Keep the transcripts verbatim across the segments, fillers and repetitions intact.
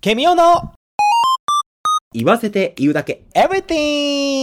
ケミオの言わせて言うだけ Everything。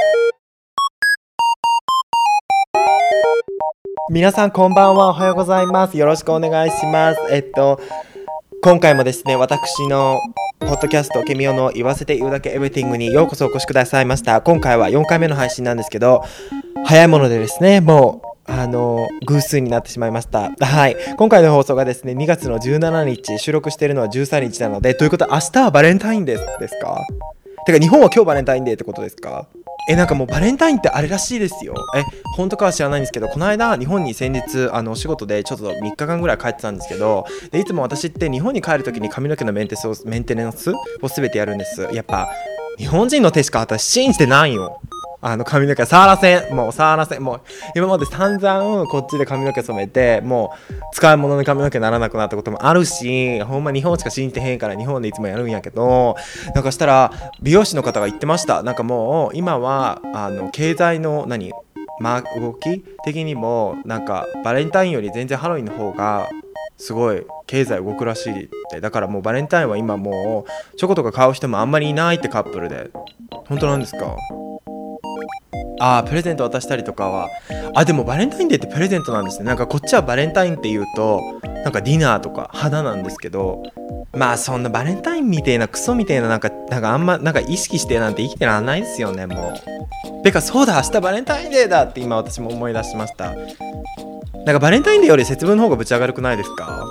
皆さんこんばんは、おはようございます。よろしくお願いします。えっと今回もですね、私のポッドキャストケミオの言わせて言うだけ Everything にようこそお越しくださいました。今回はよんかいめの配信なんですけど、早いものでですね、もうあの偶数になってしまいました。はい、今回の放送がですねにがつのじゅうしちにち、収録しているのはじゅうさんにちなので、ということは明日はバレンタインデーですか？てか日本は今日バレンタインデーってことですか？えなんかもうバレンタインってあれらしいですよ。え本当かは知らないんですけど、この間日本に先日あのお仕事でちょっとみっかかんぐらい帰ってたんですけど、でいつも私って日本に帰るときに髪の毛のメンテナンスをメンテナンスを全てやるんです。やっぱ日本人の手しか私信じてないよ。あの髪の毛触らせん、もう触らせん、もう今まで散々こっちで髪の毛染めて、もう使い物に髪の毛ならなくなったこともあるし、ほんま日本しか信じてへんから日本でいつもやるんやけど、なんかしたら美容師の方が言ってました。なんかもう今はあの経済の何まあ動き的にもなんかバレンタインより全然ハロウィンの方がすごい経済動くらしいって。だからもうバレンタインは今もうチョコとか買う人もあんまりいないってカップルで。本当なんですか？あープレゼント渡したりとかは、あでもバレンタインデーってプレゼントなんですね。なんかこっちはバレンタインって言うとなんかディナーとか花なんですけど、まあそんなバレンタインみたいなクソみたいななんかなんかあんまなんか意識してなんて生きてらんないですよね。もうてかそうだ、明日バレンタインデーだって今私も思い出しました。なんかバレンタインデーより節分の方がぶち上がるくないですか？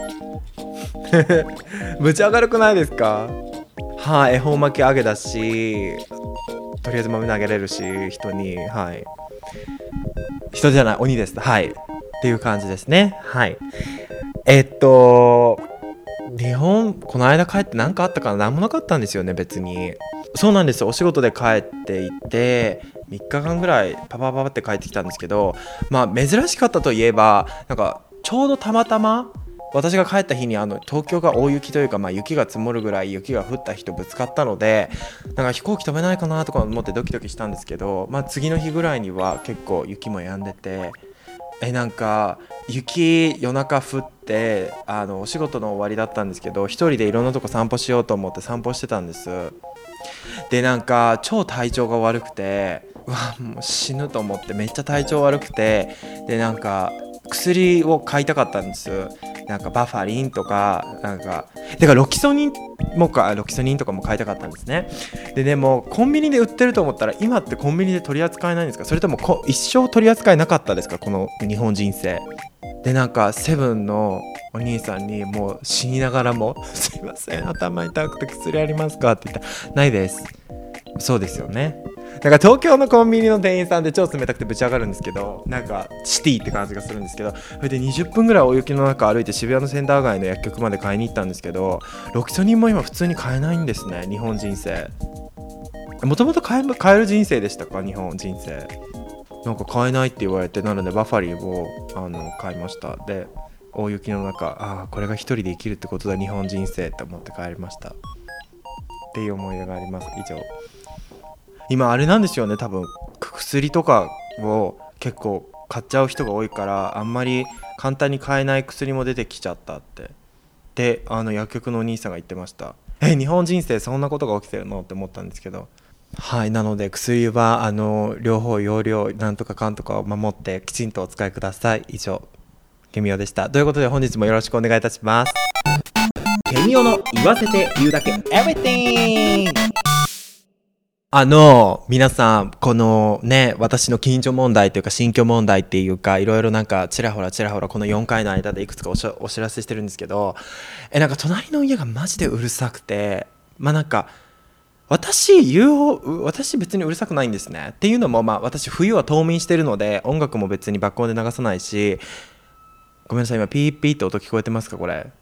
ぶち上がるくないですか？はい、恵方巻き揚げだし、とりあえず豆投げれるし人に、はい、人じゃない鬼です、はいっていう感じですね。はい、えっと日本この間帰って何かあったかな？何もなかったんですよね別に。そうなんです、お仕事で帰っていてみっかかんぐらいパパパパって帰ってきたんですけど、まあ珍しかったといえばなんかちょうどたまたま私が帰った日にあの東京が大雪というか、まあ、雪が積もるぐらい雪が降った日とぶつかったので、なんか飛行機飛べないかなとか思ってドキドキしたんですけど、まあ、次の日ぐらいには結構雪も止んでて、えなんか雪夜中降ってあのお仕事の終わりだったんですけど、一人でいろんなとこ散歩しようと思って散歩してたんです。でなんか超体調が悪くて、うわもう死ぬと思って、めっちゃ体調悪くて、でなんか薬を買いたかったんです。なんかバファリンとかなんかてかロキソニンもかロキソニンとかも買いたかったんですね。ででもコンビニで売ってると思ったら、今ってコンビニで取り扱いないんですか？それともこ一生取り扱いなかったですか？この日本人生で。なんかセブンのお兄さんにもう死にながらもすいません頭痛くて薬ありますかって言ったら、ないです。そうですよね。なんか東京のコンビニの店員さんで超冷たくてぶち上がるんですけど、なんかシティって感じがするんですけど、それでにじゅっぷんぐらい大雪の中歩いて渋谷のセンター街の薬局まで買いに行ったんですけど、ロキソニンも今普通に買えないんですね、日本人生。もともと買え、買える人生でしたか？日本人生なんか買えないって言われて、なのでバファリンをあの買いました。で大雪の中、ああこれが一人で生きるってことだ日本人生って思って帰りましたっていう思い出があります。以上。今あれなんですよね、多分薬とかを結構買っちゃう人が多いから、あんまり簡単に買えない薬も出てきちゃったってで、あの薬局のお兄さんが言ってました。え日本人生そんなことが起きてるのって思ったんですけど、はい、なので薬はあの両方用量なんとかかんとかを守ってきちんとお使いください。以上ケミオでした。ということで本日もよろしくお願いいたします。ケミオの言わせて言うだけ Everything。あの皆さんこのね私の近所問題というか新居問題っていうか、いろいろなんかちらほらちらほらこのよんかいの間でいくつかおしお知らせしてるんですけど、えなんか隣の家がマジでうるさくて、まあなんか私言う私別にうるさくないんですね。っていうのもまあ私冬は冬眠してるので音楽も別に爆音で流さないし、ごめんなさい今ピーピーって音聞こえてますか？これ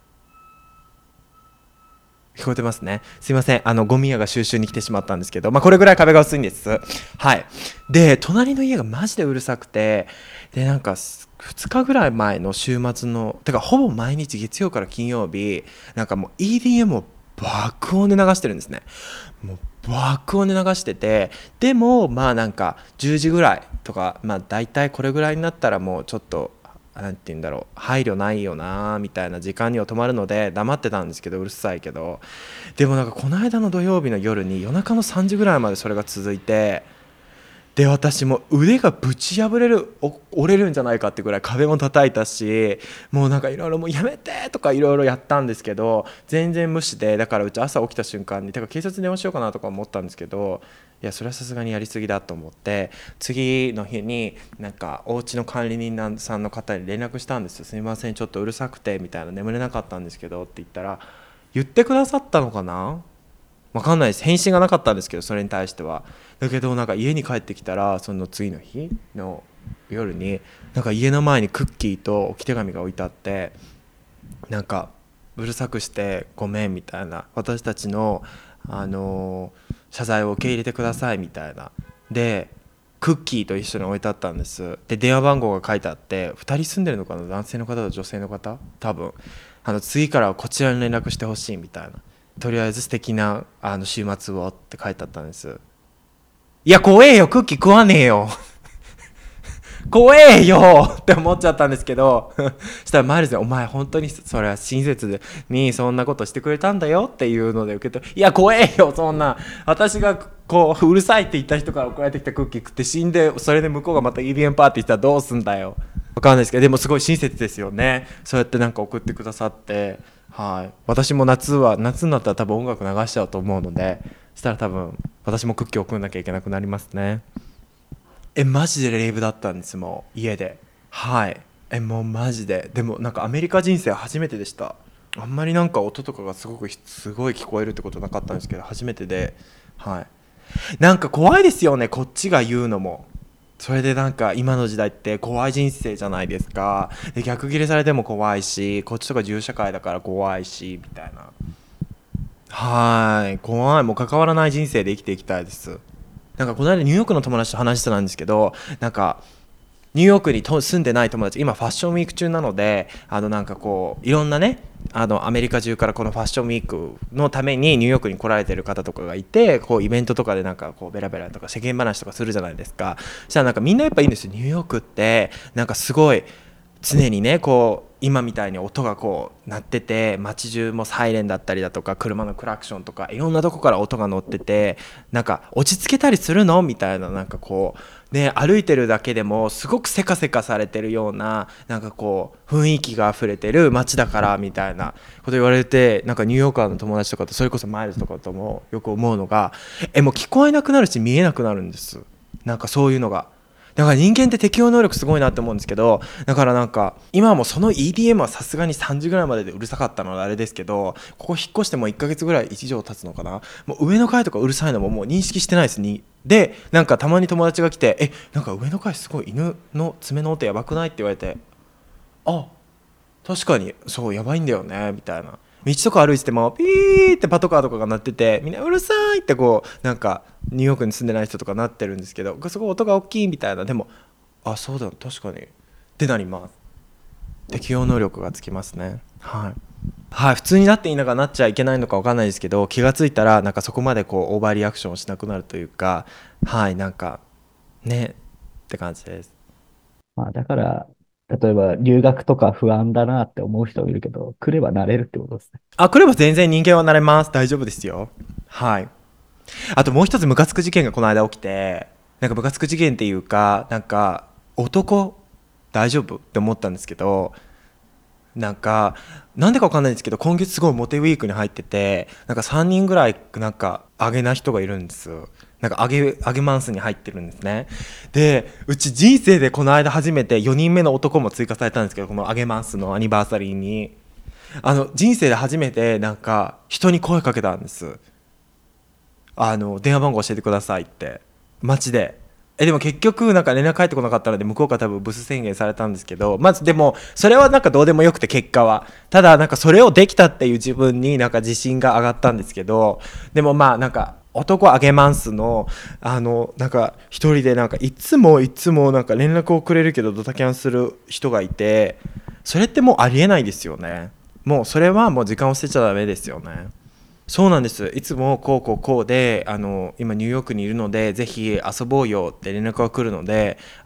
聞こえてますね。すいません、あのゴミ屋が収集に来てしまったんですけど、まあこれぐらい壁が薄いんです。はい。で隣の家がマジでうるさくて、でなんかふつかぐらい前の週末のてかほぼ毎日月曜から金曜日なんかもう イーディーエム を爆音で流してるんですね。もう爆音で流してて、でもまあなんかじゅうじぐらいとか、まあ大体これぐらいになったらもうちょっとなんて言うんだろう、配慮ないよなみたいな時間には止まるので黙ってたんですけど、うるさいけど。でもなんかこの間の土曜日の夜に夜中のさんじぐらいまでそれが続いて、で私も腕がぶち破れる折れるんじゃないかってぐらい壁も叩いたし、もうなんかいろいろもうやめてとかいろいろやったんですけど全然無視で、だからうち朝起きた瞬間にてか警察に電話しようかなとか思ったんですけど、いやそれはさすがにやりすぎだと思って、次の日になんかお家の管理人さんの方に連絡したんですよ。すみませんちょっとうるさくてみたいな、眠れなかったんですけどって言ったら、言ってくださったのかな、わかんないです、返信がなかったんですけどそれに対しては。だけどなんか家に帰ってきたらその次の日の夜になんか家の前にクッキーと置き手紙が置いてあって、なんかうるさくしてごめんみたいな、私たちの、あのー謝罪を受け入れてくださいみたいな、でクッキーと一緒に置いてあったんです。で電話番号が書いてあって、ふたり住んでるのかな、男性の方と女性の方、多分あの次からはこちらに連絡してほしいみたいな、とりあえず素敵なあの週末をって書いてあったんです。いや怖えよ、クッキー食わねえよ怖えよって思っちゃったんですけどそしたらマイルズでお前本当にそれは親切にそんなことしてくれたんだよっていうので受け取る。いや怖えよ、そんな私がこううるさいって言った人から送られてきたクッキー食って死んで、それで向こうがまた イーディーエム パーティーしたらどうすんだよ。わかんないですけど、でもすごい親切ですよね、そうやってなんか送ってくださって。はい、私も夏は夏になったら多分音楽流しちゃうと思うので、そしたら多分私もクッキー送んなきゃいけなくなりますね。えマジでレイブだったんです、もう家で。はいえもうマジで、でもなんかアメリカ人生初めてでした。あんまりなんか音とかがすごくすごい聞こえるってことなかったんですけど初めてで、はいなんか怖いですよね、こっちが言うのも。それでなんか今の時代って怖い人生じゃないですか。で逆ギレされても怖いし、こっちとか銃社会だから怖いしみたいな。はい怖い、もう関わらない人生で生きていきたいです。なんかこの間ニューヨークの友達と話してたんですけど、なんかニューヨークにと住んでない友達、今ファッションウィーク中なので、あのなんかこういろんなね、あのアメリカ中からこのファッションウィークのためにニューヨークに来られてる方とかがいて、こうイベントとかでなんかこうベラベラとか世間話とかするじゃないですか。そしたらなんかみんなやっぱいいんですよ。ニューヨークってなんかすごい常にねこう今みたいに音がこう鳴ってて、街中もサイレンだったりだとか車のクラクションとかいろんなとこから音が乗ってて、なんか落ち着けたりするのみたいな、なんかこうね歩いてるだけでもすごくせかせかされてるような、なんかこう雰囲気が溢れてる街だからみたいなこと言われて、なんかニューヨーカーの友達とかとそれこそマイルズとかともよく思うのが、えもう聞こえなくなるし見えなくなるんです。なんかそういうのがだから人間って適応能力すごいなって思うんですけど、だからなんか今もその イーディーエム はさすがにさんじぐらいまででうるさかったのであれですけど、ここ引っ越してもいっかげつぐらい以上経つのかな、もう上の階とかうるさいのももう認識してないですに。でなんかたまに友達が来て、えなんか上の階すごい犬の爪の音やばくないって言われて、あ確かにそうやばいんだよねみたいな。道とか歩いててもピーってパトカーとかが鳴ってて、みんなうるさいってこうなんかニューヨークに住んでない人とかなってるんですけど、すごい音が大きいみたいな。でもあそうだ確かにってなります。適応能力がつきますね。はいはい、普通になっていいのかなっちゃいけないのか分かんないですけど、気がついたらなんかそこまでこうオーバーリアクションをしなくなるというか、はいなんかねって感じです。 まあ、だから、例えば留学とか不安だなって思う人もいるけど、来れば慣れるってことですね。 あ来れば全然人間はなれます、大丈夫ですよ。はいあともう一つムカつく事件がこの間起きて、なんかムカつく事件っていうか、なんか男大丈夫って思ったんですけど、なんかなんでかわかんないんですけど今月すごいモテウィークに入ってて、なんかさんにんぐらいなんかアゲな人がいるんですよ。なんかアゲアゲマンスに入ってるんですね。でうち人生でこの間初めてよにんめの男も追加されたんですけど、このアゲマンスのアニバーサリーにあの人生で初めてなんか人に声かけたんです。あの電話番号教えてくださいって街で。えでも結局なんか連絡返ってこなかったので向こうから多分ブス宣言されたんですけど、まずでもそれはなんかどうでもよくて結果は、ただなんかそれをできたっていう自分になんか自信が上がったんですけど、でもまあなんか男あげマンスのあのなんか一人でなんかいつもいつもなんか連絡をくれるけどドタキャンする人がいて、それってもうありえないですよね。もうそれはもう時間を捨てちゃダメですよね。そうなんです。いつもこうこうこうであの今ニューヨークにいるのでぜひ遊ぼうよって連絡が来るので、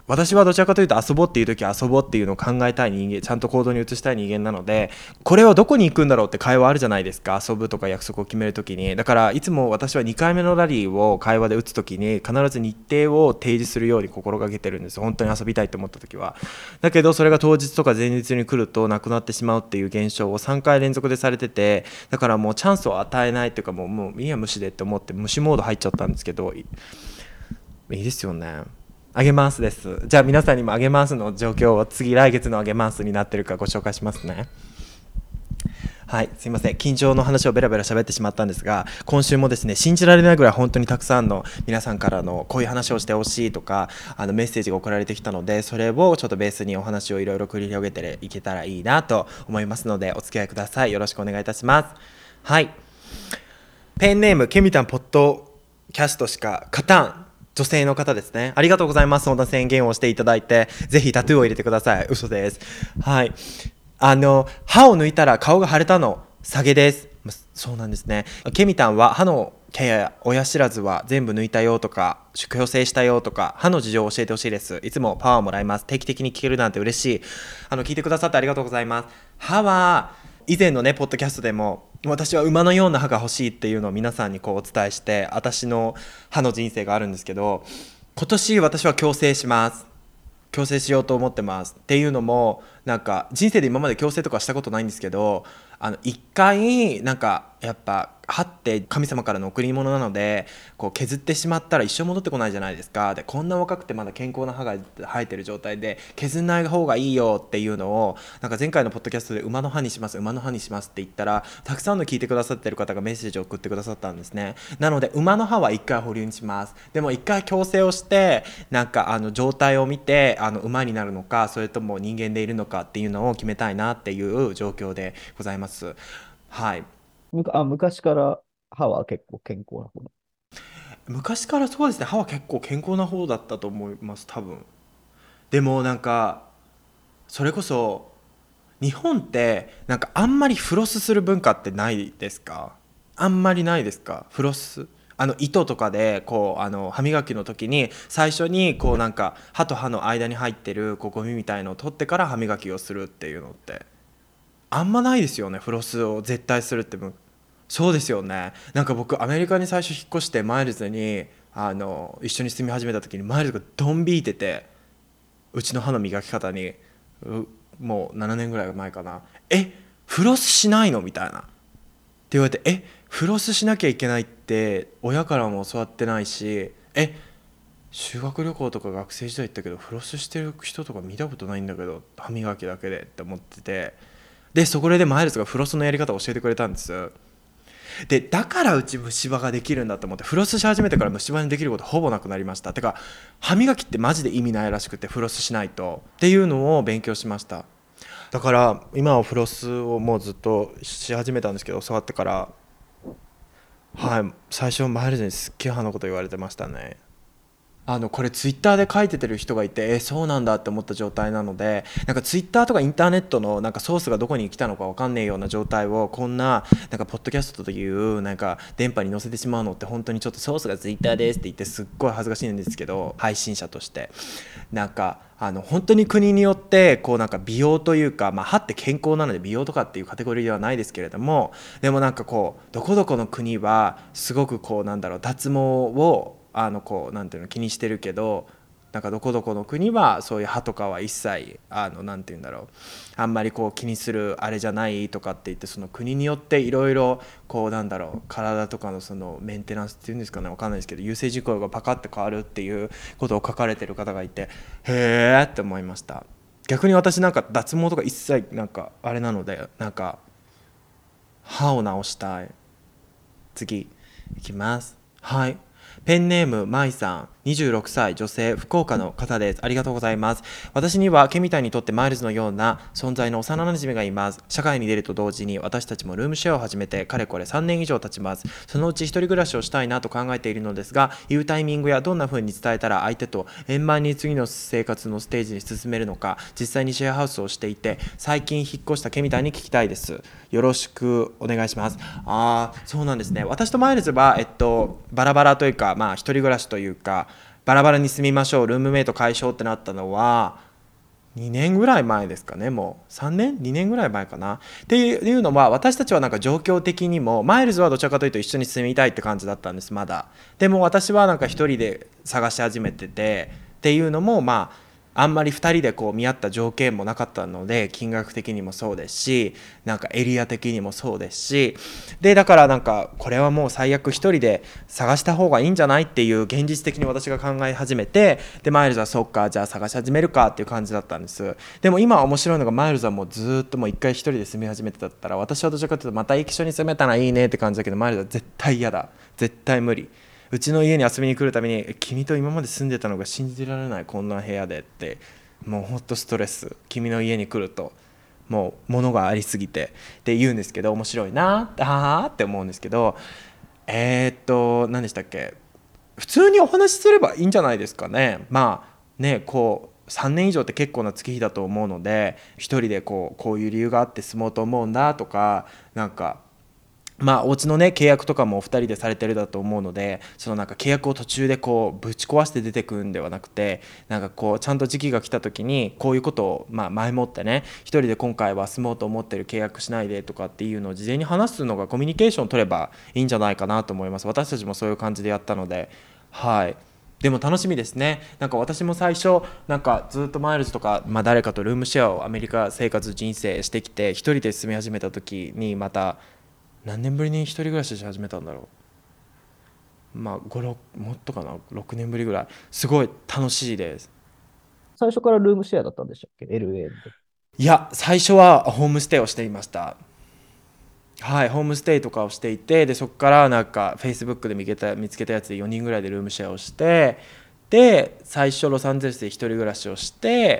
私はどちらかというと遊ぼうっていう時は遊ぼうっていうのを考えたい人間、ちゃんと行動に移したい人間なので、これをどこに行くんだろうって会話あるじゃないですか、遊ぶとか約束を決める時に。だからいつも私はにかいめのラリーを会話で打つ時に必ず日程を提示するように心がけてるんです。本当に遊びたいと思った時は。だけどそれが当日とか前日に来るとなくなってしまうっていう現象をさんかい連続でされてて、だからもうチャンスを与えないっていうか、もう、もういいや無視でって思って無視モード入っちゃったんですけど、いいですよね。あげますです。じゃあ皆さんにもあげますの状況を次来月のあげますになってるかご紹介しますね。はい、すいません、緊張の話をベラベラ喋ってしまったんですが、今週もですね、信じられないぐらい本当にたくさんの皆さんからのこういう話をしてほしいとか、あのメッセージが送られてきたので、それをちょっとベースにお話をいろいろ繰り広げていけたらいいなと思いますので、お付き合いください。よろしくお願いいたします。はい、ペンネームケミタンポッドキャストしか勝たん、女性の方ですね。ありがとうございます。そんな宣言をしていただいて、ぜひタトゥーを入れてください。嘘です。はい。あの、歯を抜いたら顔が腫れたの、下げです。そうなんですね。ケミタンは歯のケア、親知らずは全部抜いたよとか、矯正したよとか、歯の事情を教えてほしいです。いつもパワーをもらいます。定期的に聞けるなんて嬉しい。あの、聞いてくださってありがとうございます。歯は、以前のね、ポッドキャストでも、私は馬のような歯が欲しいっていうのを皆さんにこうお伝えして、私の歯の人生があるんですけど、今年私は矯正します。矯正しようと思ってます。っていうのも、なんか人生で今まで矯正とかしたことないんですけど、あの一回なんかやっぱ歯って神様からの贈り物なので、こう削ってしまったら一生戻ってこないじゃないですか。でこんな若くてまだ健康な歯が生えてる状態で削んない方がいいよっていうのを、なんか前回のポッドキャストで馬の歯にします馬の歯にしますって言ったら、たくさんの聞いてくださってる方がメッセージを送ってくださったんですね。なので馬の歯は一回保留にします。でも一回矯正をして、なんかあの状態を見て、あの馬になるのかそれとも人間でいるのかっていうのを決めたいなっていう状況でございます。はい。 むかあ、昔から歯は結構健康な方。 昔からそうですね、歯は結構健康な方だったと思います、多分。でもなんかそれこそ日本ってなんかあんまりフロスする文化ってないですか？あんまりないですか？フロス、あの糸とかでこうあの歯磨きの時に最初にこうなんか歯と歯の間に入ってるこうゴミみたいのを取ってから歯磨きをするっていうのってあんまないですよね。フロスを絶対するって文化。そうですよね。なんか僕アメリカに最初引っ越してマイルズにあの一緒に住み始めた時にマイルズがドン引いてて、うちの歯の磨き方に、うもうななねんぐらい前かな、えフロスしないのみたいなって言われて、えフロスしなきゃいけないって親からも教わってないし、え修学旅行とか学生時代行ったけどフロスしてる人とか見たことないんだけど、歯磨きだけでって思ってて、でそこでマイルズがフロスのやり方を教えてくれたんです。でだからうち虫歯ができるんだと思って、フロスし始めてから虫歯にできることほぼなくなりました。てか歯磨きってマジで意味ないらしくて、フロスしないとっていうのを勉強しました。だから今はフロスをもうずっとし始めたんですけど、教わってから、はい、最初マイルズにすっげえ歯のこと言われてましたね。あのこれツイッターで書いててる人がいて、えそうなんだって思った状態なので、なんかツイッターとかインターネットのなんかソースがどこに来たのか分かんねえような状態を、こんななんかポッドキャストというなんか電波に乗せてしまうのって、本当にちょっとソースがツイッターですって言ってすっごい恥ずかしいんですけど、配信者としてなんかあの本当に国によってこうなんか美容というか、まあ、歯って健康なので美容とかっていうカテゴリーではないですけれども、でもなんかこうどこどこの国はすごくこうなんだろう、脱毛をあのこうなんていうの気にしてるけど、なんかどこどこの国はそういう歯とかは一切あのなんていうんだろう、あんまりこう気にするあれじゃないとかって言って、その国によっていろいろこうなんだろう、体とかのそのメンテナンスっていうんですかね、わかんないですけど、優生事項がパカッて変わるっていうことを書かれてる方がいて、へーって思いました。逆に私なんか脱毛とか一切なんかあれなので、なんか歯を治したい。次いきます。はい、ペンネームまいさん、にじゅうろくさい女性、福岡の方です。ありがとうございます。私にはケミタンにとってマイルズのような存在の幼馴染がいます。社会に出ると同時に私たちもルームシェアを始めてかれこれさんねん以上経ちます。そのうち一人暮らしをしたいなと考えているのですが、言うタイミングやどんな風に伝えたら相手と円満に次の生活のステージに進めるのか、実際にシェアハウスをしていて最近引っ越したケミタンに聞きたいです。よろしくお願いします。ああ、そうなんですね。私とマイルズは、えっと、バラバラというか、まあ、一人暮らしというかバラバラに住みましょう、ルームメイト解消ってなったのはにねんぐらい前ですかね。もうさんねんにねんぐらい前かなっていうのは、私たちはなんか状況的にもマイルズはどちらかというと一緒に住みたいって感じだったんです、まだ。でも私はなんか一人で探し始めててっていうのも、まああんまりふたりでこう見合った条件もなかったので、金額的にもそうですし、なんかエリア的にもそうですし、でだからなんかこれはもう最悪一人で探した方がいいんじゃないっていう現実的に私が考え始めて、でマイルズはそっかじゃあ探し始めるかっていう感じだったんです。でも今面白いのが、マイルズはもうずっともう一回一人で住み始めてだったら、私はどちらかというとまた一緒に住めたらいいねって感じだけど、マイルズは絶対嫌だ、絶対無理。うちの家に遊びに来るたびに、君と今まで住んでたのが信じられない、こんな部屋でって、もうほんとストレス、君の家に来るともう物がありすぎてって言うんですけど、面白いなあはーって思うんですけど、えー、っと何でしたっけ、普通にお話しすればいいんじゃないですかね。まあね、こうさんねん以上って結構な月日だと思うので、一人でこうこういう理由があって住もうと思うんだとか、なんかまあお家のね契約とかもお二人でされてるだと思うので、そのなんか契約を途中でこうぶち壊して出てくるんではなくて、なんかこうちゃんと時期が来た時にこういうことをまあ前もってね、一人で今回は住もうと思ってる、契約しないでとかっていうのを事前に話すのが、コミュニケーションを取ればいいんじゃないかなと思います。私たちもそういう感じでやったので、はい。でも楽しみですね。なんか私も最初なんかずっとマイルズとか、まあ、誰かとルームシェアをアメリカ生活人生してきて、一人で住み始めた時に、また何年ぶりに一人暮らしし始めたんだろう。まあご、ろくもっとかな、ろくねんぶりぐらい。すごい楽しいです。 最初からルームシェアだったんでしたっけ？ エルエー の時。 いや、最初はホームステイをしていました。はい、ホームステイとかをしていて、でそこからなんか Facebook で見つけた見つけたやつでよにんぐらいでルームシェアをして、で最初ロサンゼルスで一人暮らしをして、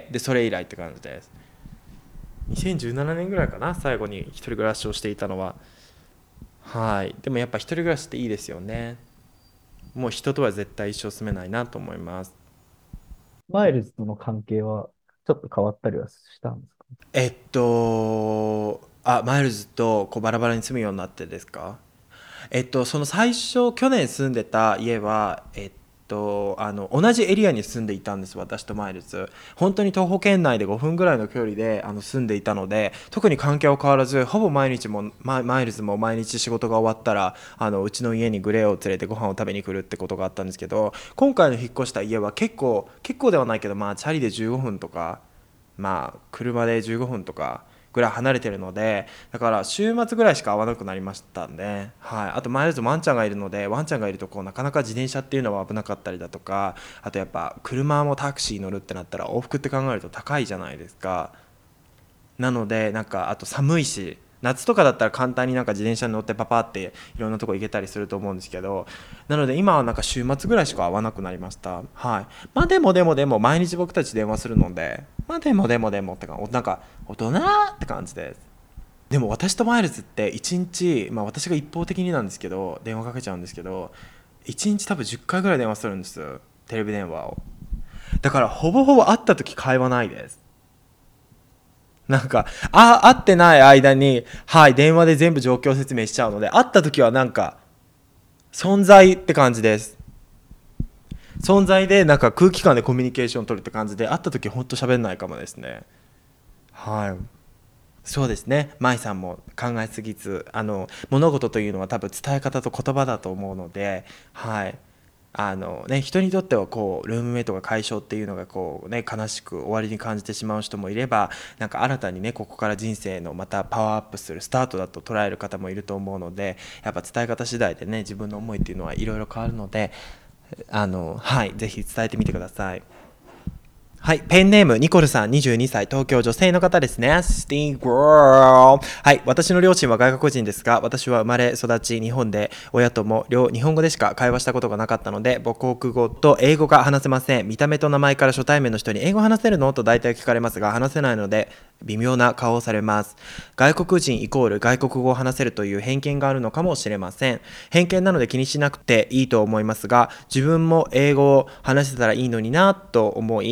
でそれ以来って感じです。にせんじゅうななねんぐらいかな、最後に一人暮らしをしていたのは。はい。でもやっぱ一人暮らしっていいですよね。もう人とは絶対一生住めないなと思います。 マイルズとの関係はちょっと変わったりはしたんですか？ えっとあマイルズとこうバラバラに住むようになってですか？えっとその最初去年住んでた家は、えっとあの同じエリアに住んでいたんです、私とマイルズ。本当に徒歩圏内でごふんぐらいの距離であの住んでいたので、特に関係は変わらず、ほぼ毎日もマイマイルズも毎日仕事が終わったらあのうちの家にグレーを連れてご飯を食べに来るってことがあったんですけど、今回の引っ越した家は結構結構ではないけど、まあチャリでじゅうごふんとか、まあ車でじゅうごふんとかぐらい離れてるので、だから週末ぐらいしか会わなくなりましたんで、はい。あとマイルズワンちゃんがいるので、ワンちゃんがいるとこうなかなか自転車っていうのは危なかったりだとか、あとやっぱ車もタクシー乗るってなったら往復って考えると高いじゃないですか。なのでなんか、あと寒いし、夏とかだったら簡単になんか自転車に乗ってパパっていろんなとこ行けたりすると思うんですけど、なので今はなんか週末ぐらいしか会わなくなりました。はい。まあでもでもでも毎日僕たち電話するので、まあでもでもでもってか、なんか大人って感じです。でも私とマイルズっていちにち、まあ私が一方的になんですけど電話かけちゃうんですけど、いちにち多分じゅっかいぐらい電話するんです、テレビ電話を。だからほぼほぼ会った時会話ないです。なんか、あ、会ってない間に、はい、電話で全部状況説明しちゃうので、会った時はなんか、存在って感じです。存在で、なんか空気感でコミュニケーション取るって感じで、会った時ほんと喋んないかもですね。はい。そうですね。舞さんも考えすぎず、あの、物事というのは多分伝え方と言葉だと思うので、はい。あのね、人にとってはこうルームメイトが解消っていうのがこう、ね、悲しく終わりに感じてしまう人もいれば、なんか新たにねここから人生のまたパワーアップするスタートだと捉える方もいると思うので、やっぱ伝え方次第でね自分の思いっていうのはいろいろ変わるので、あのはいぜひ伝えてみてください。はい。ペンネーム、ニコルさん、にじゅうにさい、東京女性の方ですね。スティーグロー。はい。私の両親は外国人ですが、私は生まれ育ち、日本で、親とも両日本語でしか会話したことがなかったので、母国語と英語が話せません。見た目と名前から初対面の人に英語話せるのと大体聞かれますが、話せないので、微妙な顔をされます。外国人イコール外国語を話せるという偏見があるのかもしれません。偏見なので気にしなくていいと思いますが、自分も英語を話せたらいいのになと思い、コンプレッ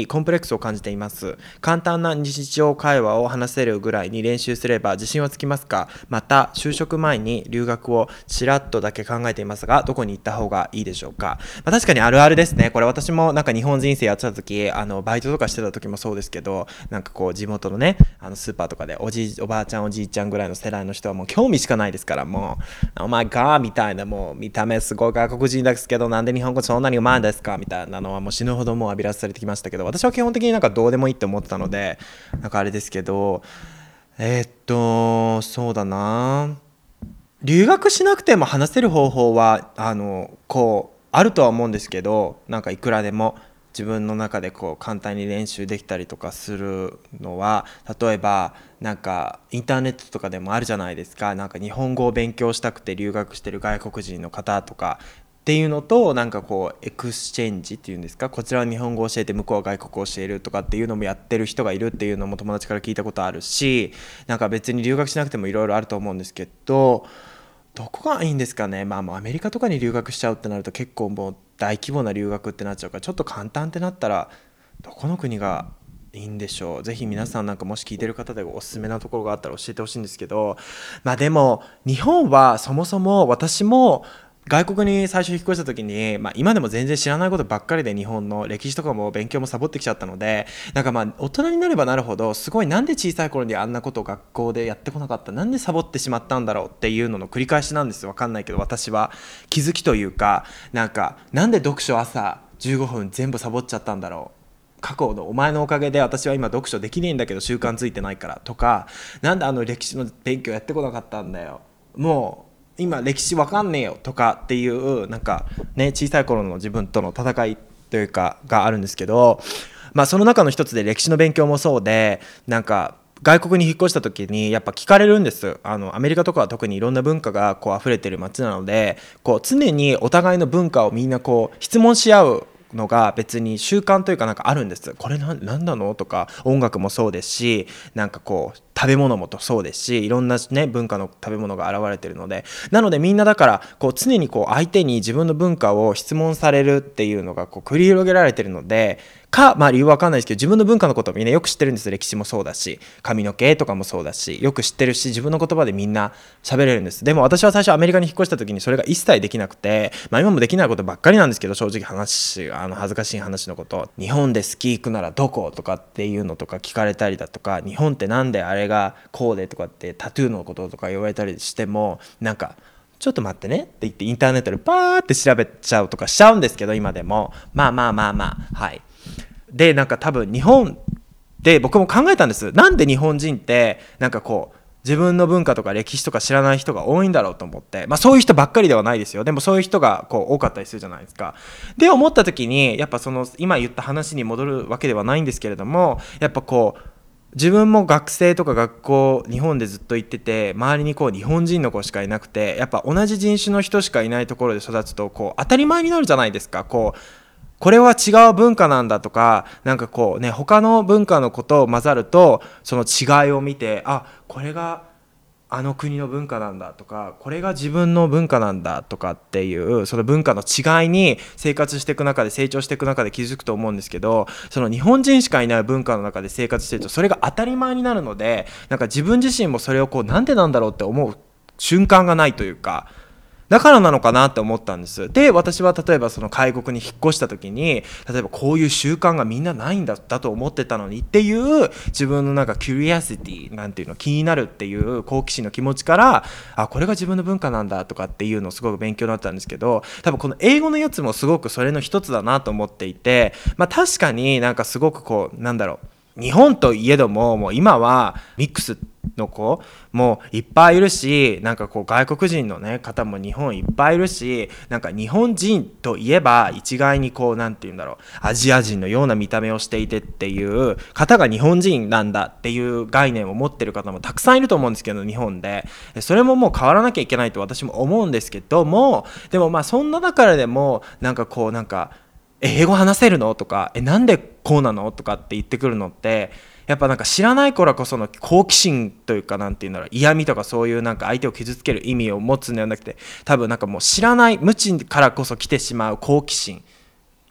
クスを感じています。簡単な日常会話を話せるぐらいに練習すれば自信はつきますか？また就職前に留学をちらっとだけ考えていますが、どこに行った方がいいでしょうか？まあ、確かにあるあるですね。これ私もなんか日本人生やってた時、あのバイトとかしてた時もそうですけど、なんかこう地元のね、あのスーパーとかでおじいおばあちゃんおじいちゃんぐらいの世代の人はもう興味しかないですから、もう Oh my god みたいな、もう見た目すごい外国人ですけどなんで日本語そんなにうまいんですかみたいなのはもう死ぬほどもう浴びらされてきましたけど、私は基本的になんかどうでもいいって思ってたので、なんかあれですけど、えー、っとそうだな、留学しなくても話せる方法はあのこうあるとは思うんですけど、なんかいくらでも自分の中でこう簡単に練習できたりとかするのは、例えばなんかインターネットとかでもあるじゃないですか。なんか日本語を勉強したくて留学してる外国人の方とかっていうのと、なんかこうエクスチェンジっていうんですか、こちらは日本語を教えて向こうは外国を教えるとかっていうのもやってる人がいるっていうのも友達から聞いたことあるし、なんか別に留学しなくてもいろいろあると思うんですけど、どこがいいんですかね。まあもうアメリカとかに留学しちゃうってなると結構もう大規模な留学ってなっちゃうから、ちょっと簡単ってなったらどこの国がいいんでしょう。ぜひ皆さんなんかもし聞いてる方でおすすめなところがあったら教えてほしいんですけど、まあでも日本はそもそも私も外国に最初引っ越した時に、まあ、今でも全然知らないことばっかりで日本の歴史とかも勉強もサボってきちゃったので、なんかまあ大人になればなるほどすごい、なんで小さい頃にあんなことを学校でやってこなかった、なんでサボってしまったんだろうっていうのの繰り返しなんですよ。わかんないけど私は気づきというか、なんかなんで読書朝じゅうごふん全部サボっちゃったんだろう、過去のお前のおかげで私は今読書できねえんだけど習慣ついてないからとか、なんであの歴史の勉強やってこなかったんだよ、もう今歴史わかんねえよとかっていう、なんかね、小さい頃の自分との戦いというかがあるんですけど、まあその中の一つで歴史の勉強もそうで、なんか外国に引っ越した時にやっぱ聞かれるんです。あのアメリカとかは特にいろんな文化がこう溢れてる街なので、こう常にお互いの文化をみんなこう質問し合うのが別に習慣というかなんかあるんです。これ何なのとか、音楽もそうですし、なんかこう食べ物もそうですし、いろんなね文化の食べ物が現れてるので、なのでみんなだからこう常にこう相手に自分の文化を質問されるっていうのがこう繰り広げられてるのでか、まあ理由わかんないですけど、自分の文化のことをみんなよく知ってるんです。歴史もそうだし、髪の毛とかもそうだし、よく知ってるし、自分の言葉でみんな喋れるんです。でも私は最初アメリカに引っ越した時にそれが一切できなくて、まあ今もできないことばっかりなんですけど、正直話、あの恥ずかしい話のこと、日本でスキー行くならどことかっていうのとか聞かれたりだとか、日本ってなんであれがこうでとかってタトゥーのこととか言われたりしても、なんかちょっと待ってねって言ってインターネットでバーって調べちゃうとかしちゃうんですけど、今でもまあまあまあまあ、はい。でなんか多分日本で僕も考えたんです。なんで日本人ってなんかこう自分の文化とか歴史とか知らない人が多いんだろうと思って、まあそういう人ばっかりではないですよ。でもそういう人がこう多かったりするじゃないですか。で思った時にやっぱその今言った話に戻るわけではないんですけれども、やっぱこう自分も学生とか学校日本でずっと行ってて、周りにこう日本人の子しかいなくて、やっぱ同じ人種の人しかいないところで育つとこう当たり前になるじゃないですか。こうこれは違う文化なんだとか、なんかこうね他の文化のことを混ざるとその違いを見て、あ、これがあの国の文化なんだとか、これが自分の文化なんだとかっていうその文化の違いに生活していく中で成長していく中で気づくと思うんですけど、その日本人しかいない文化の中で生活してるとそれが当たり前になるので、なんか自分自身もそれをこうなんでなんだろうって思う瞬間がないというか、だからなのかなって思ったんです。で私は例えばその外国に引っ越した時に、例えばこういう習慣がみんなないんだだと思ってたのにっていう自分のなんかキュリアシティなんていうの、気になるっていう好奇心の気持ちから、あ、これが自分の文化なんだとかっていうのをすごく勉強になったんですけど、多分この英語のやつもすごくそれの一つだなと思っていて、まあ確かになんかすごくこうなんだろう、日本といえどももう今はミックスの子もいっぱいいるし、なんかこう外国人の、ね、方も日本いっぱいいるし、なんか日本人といえば一概にこうなんていうんだろう、アジア人のような見た目をしていてっていう方が日本人なんだっていう概念を持ってる方もたくさんいると思うんですけど、日本でそれももう変わらなきゃいけないと私も思うんですけども、でもまあそんな中でもなんかこうなんか英語話せるのとか、えなんでこうなのとかって言ってくるのって、やっぱなんか知らないからこその好奇心というか、なんていうんだろう、嫌味とかそういうなんか相手を傷つける意味を持つんではなくて、多分なんかもう知らない無知からこそ来てしまう好奇心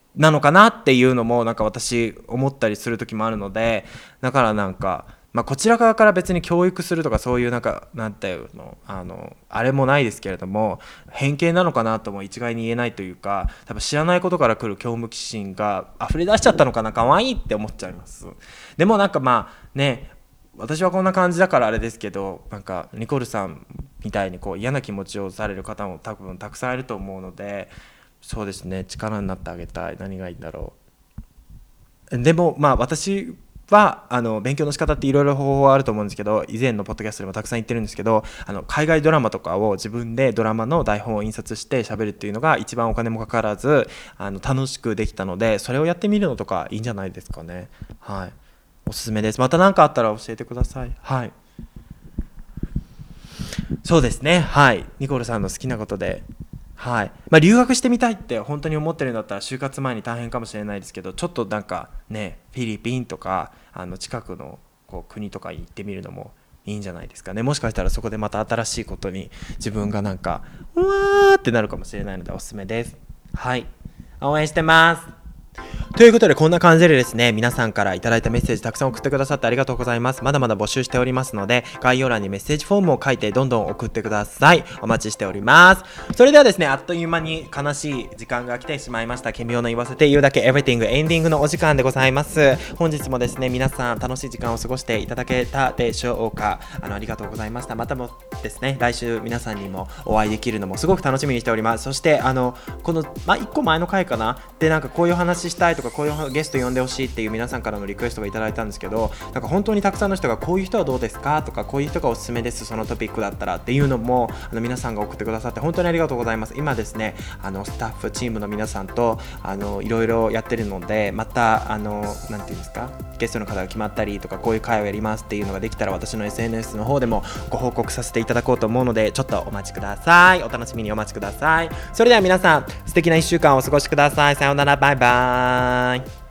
なのかなっていうのもなんか私思ったりする時もあるので、だからなんかまあ、こちら側から別に教育するとかそういうなんかなんていうのあのあれもないですけれども、偏見なのかなとも一概に言えないというか、多分知らないことから来る興味心が溢れ出しちゃったのかな、可愛いって思っちゃいます。でもなんかまあね、私はこんな感じだからあれですけど、なんかニコルさんみたいにこう嫌な気持ちをされる方も多分たくさんいると思うので、そうですね、力になってあげたい。何がいいんだろう。でもまあ私はあの勉強の仕方っていろいろ方法はあると思うんですけど、以前のポッドキャストでもたくさん言ってるんですけど、あの海外ドラマとかを自分でドラマの台本を印刷して喋るっていうのが一番お金もかからずあの楽しくできたので、それをやってみるのとかいいんじゃないですかね。はい、おすすめです。また何かあったら教えてください。はい、そうですね。はい、ニコルさんの好きなことで、はいまあ、留学してみたいって本当に思ってるんだったら就活前に大変かもしれないですけど、ちょっとなんかねフィリピンとかあの近くのこう国とかに行ってみるのもいいんじゃないですかね。もしかしたらそこでまた新しいことに自分がなんかうわーってなるかもしれないのでおすすめです。はい、応援してます。ということでこんな感じでですね、皆さんからいただいたメッセージたくさん送ってくださってありがとうございます。まだまだ募集しておりますので、概要欄にメッセージフォームを書いてどんどん送ってください。お待ちしております。それではですね、あっという間に悲しい時間が来てしまいました。ケミオの言わせて言うだけ Everything エンディングのお時間でございます。本日もですね、皆さん楽しい時間を過ごしていただけたでしょうか。あのありがとうございました。またもですね、来週皆さんにもお会いできるのもすごく楽しみにしております。そしてあのこの、まあ、いっこまえの回かなで、なんかこういう話したいとかこういうゲスト呼んでほしいっていう皆さんからのリクエストがいただいたんですけど、なんか本当にたくさんの人がこういう人はどうですかとか、こういう人がおすすめです、そのトピックだったらっていうのもあの皆さんが送ってくださって本当にありがとうございます。今ですね、あのスタッフチームの皆さんとあのいろいろやってるので、またあのなんていうんですか、ゲストの方が決まったりとか、こういう会をやりますっていうのができたら私の エスエヌエス の方でもご報告させていただこうと思うので、ちょっとお待ちください。お楽しみにお待ちください。それでは皆さん素敵ないっしゅうかんをお過ごしください。さようなら、バイバーイ。